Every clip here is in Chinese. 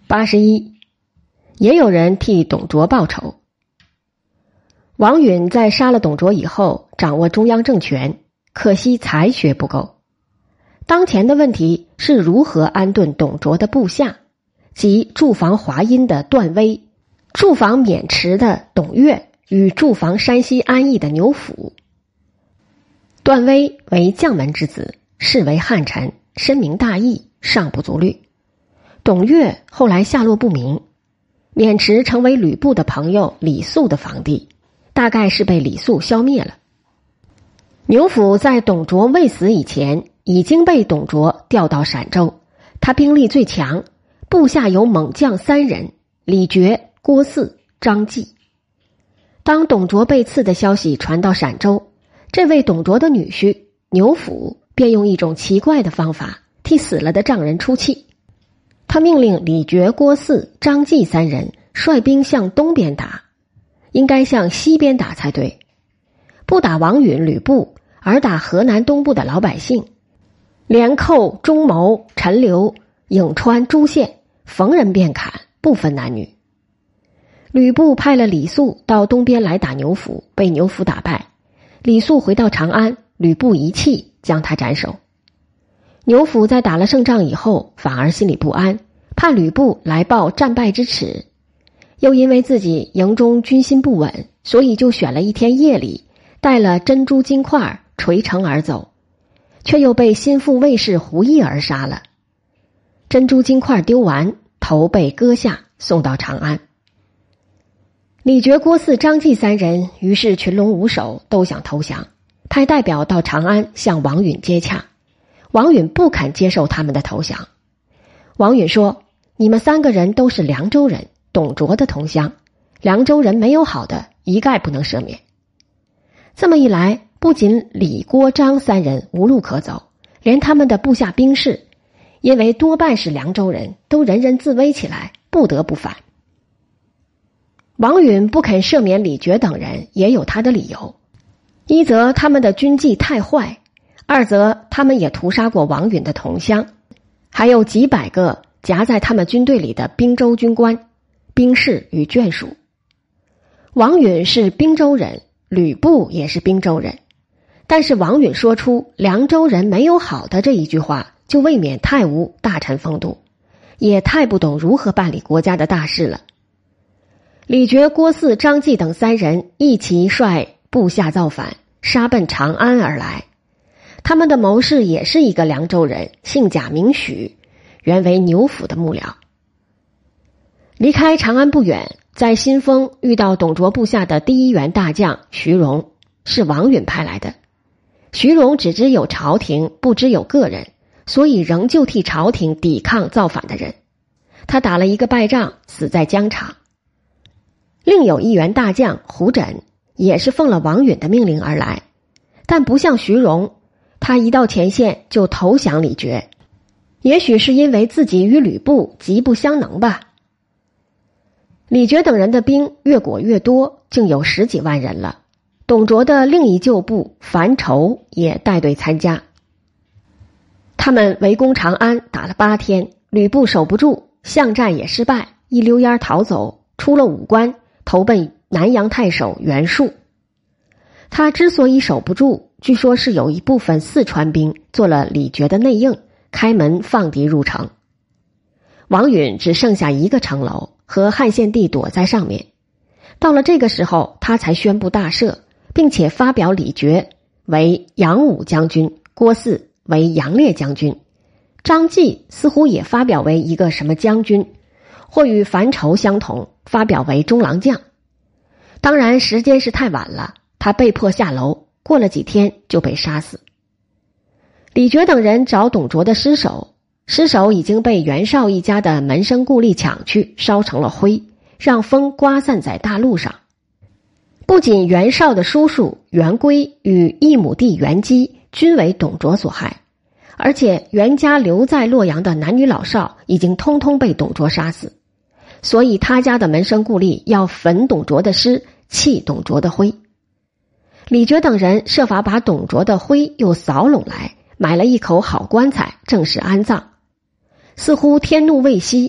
81，也有人替董卓报仇。王允在杀了董卓以后，掌握中央政权，可惜才学不够。当前的问题是如何安顿董卓的部下，即驻防华阴的段威、驻防渑池的董越与驻防山西安邑的牛辅。段威为将门之子，世为汉臣，深明大义，尚不足虑。董越后来下落不明，渑池成为吕布的朋友李肃的防地，大概是被李肃消灭了。牛辅在董卓未死以前已经被董卓调到陕州，他兵力最强，部下有猛将3人，李傕、郭汜、张继。当董卓被刺的消息传到陕州，这位董卓的女婿牛辅便用一种奇怪的方法替死了的丈人出气。他命令李傕、郭汜、张继3人率兵向东边打，应该向西边打才对，不打王允、吕布，而打河南东部的老百姓，连寇、中牟、陈留、颍川、诸县，逢人便砍，不分男女。吕布派了李肃到东边来打牛辅，被牛辅打败。李肃回到长安，吕布一气将他斩首。牛辅在打了胜仗以后，反而心里不安，怕吕布来报战败之耻，又因为自己营中军心不稳，所以就选了一天夜里，带了珍珠金块垂城而走，却又被心腹卫士胡毅而杀了。珍珠金块丢完，头被割下，送到长安。李傕、郭汜、张继3人于是群龙无首，都想投降，派代表到长安向王允接洽。王允不肯接受他们的投降。王允说，你们3个人都是凉州人，董卓的同乡，凉州人没有好的，一概不能赦免。这么一来，不仅李、郭、张3人无路可走，连他们的部下兵士，因为多半是凉州人，都人人自危起来，不得不反。王允不肯赦免李傕等人也有他的理由，一则他们的军纪太坏，二则他们也屠杀过王允的同乡，还有几百个夹在他们军队里的滨州军官、兵士与眷属。王允是滨州人，吕布也是滨州人，但是王允说出凉州人没有好的这一句话，就未免太无大臣风度，也太不懂如何办理国家的大事了。李傕、郭汜、张继等3人一齐率部下造反，杀奔长安而来。他们的谋士也是一个凉州人，姓贾名许，原为牛辅的幕僚。离开长安不远，在新丰遇到董卓部下的第1员大将徐荣，是王允派来的。徐荣只知有朝廷，不知有个人，所以仍旧替朝廷抵抗造反的人。他打了一个败仗，死在疆场。另有1员大将胡轸，也是奉了王允的命令而来，但不像徐荣，他一到前线就投降李傕，也许是因为自己与吕布极不相能吧。李傕等人的兵越裹越多，竟有10几万人了。董卓的另一旧部樊稠也带队参加。他们围攻长安打了8天，吕布守不住，巷战也失败，一溜烟逃走，出了武关，投奔南阳太守袁术。他之所以守不住，据说是有一部分四川兵做了李傕的内应，开门放敌入城。王允只剩下1个城楼，和汉献帝躲在上面。到了这个时候，他才宣布大赦，并且发表李傕为扬武将军，郭汜为杨烈将军，张继似乎也发表为一个什么将军，或与樊稠相同，发表为中郎将。当然时间是太晚了，他被迫下楼，过了几天就被杀死。李傕等人找董卓的尸首，尸首已经被袁绍一家的门生故吏抢去，烧成了灰，让风刮散在大路上。不仅袁绍的叔叔袁圭与异母弟袁基均为董卓所害，而且袁家留在洛阳的男女老少已经通通被董卓杀死，所以他家的门生故吏要焚董卓的尸，弃董卓的灰。李傕等人设法把董卓的灰又扫拢来，买了一口好棺材，正式安葬。似乎天怒未息，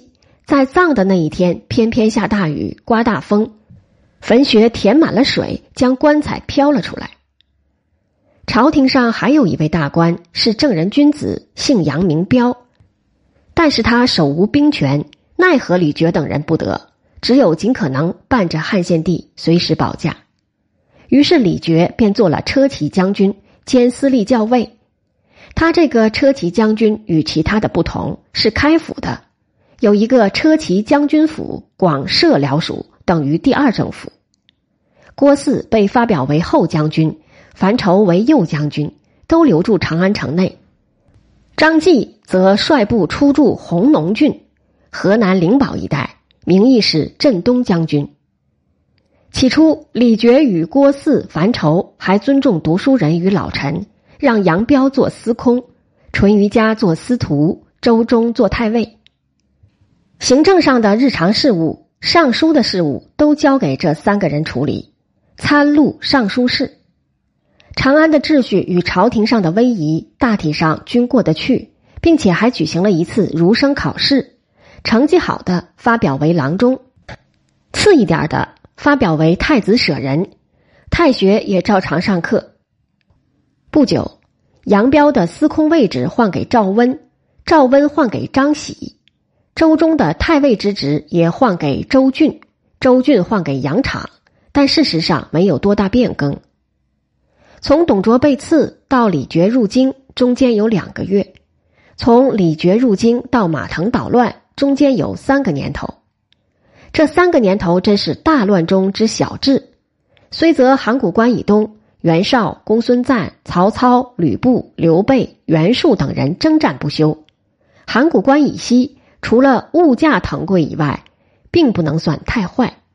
在葬的那一天偏偏下大雨，刮大风，坟穴填满了水，将棺材飘了出来。朝廷上还有一位大官，是正人君子，姓杨名彪，但是他手无兵权，奈何李傕等人不得，只有尽可能伴着汉献帝随时保驾。于是李傕便做了车骑将军兼司隶校尉。他这个车骑将军与其他的不同，是开府的，有一个车骑将军府，广设辽属，等于第二政府。郭汜被发表为后将军，樊稠为右将军，都留驻长安城内。张继则率部出驻弘农郡，河南灵宝一带，名义是镇东将军。起初李傕与郭汜、樊稠还尊重读书人与老臣，让杨彪做司空，淳于嘉做司徒，周忠做太尉。行政上的日常事务、尚书的事务都交给这三个人处理，参录尚书事。长安的秩序与朝廷上的威仪大体上均过得去，并且还举行了一次儒生考试，成绩好的发表为郎中，次一点的发表为太子舍人，太学也照常上课。不久，杨彪的司空位置换给赵温，赵温换给张喜，周忠的太尉之职也换给周俊，周俊换给杨敞，但事实上没有多大变更。从董卓被刺到李傕入京，中间有2个月；从李傕入京到马腾捣乱，中间有3个年头。这3个年头真是大乱中之小治。虽则函谷关以东，袁绍、公孙瓒、曹操、吕布、刘备、袁术等人征战不休，函谷关以西除了物价腾贵以外，并不能算太坏。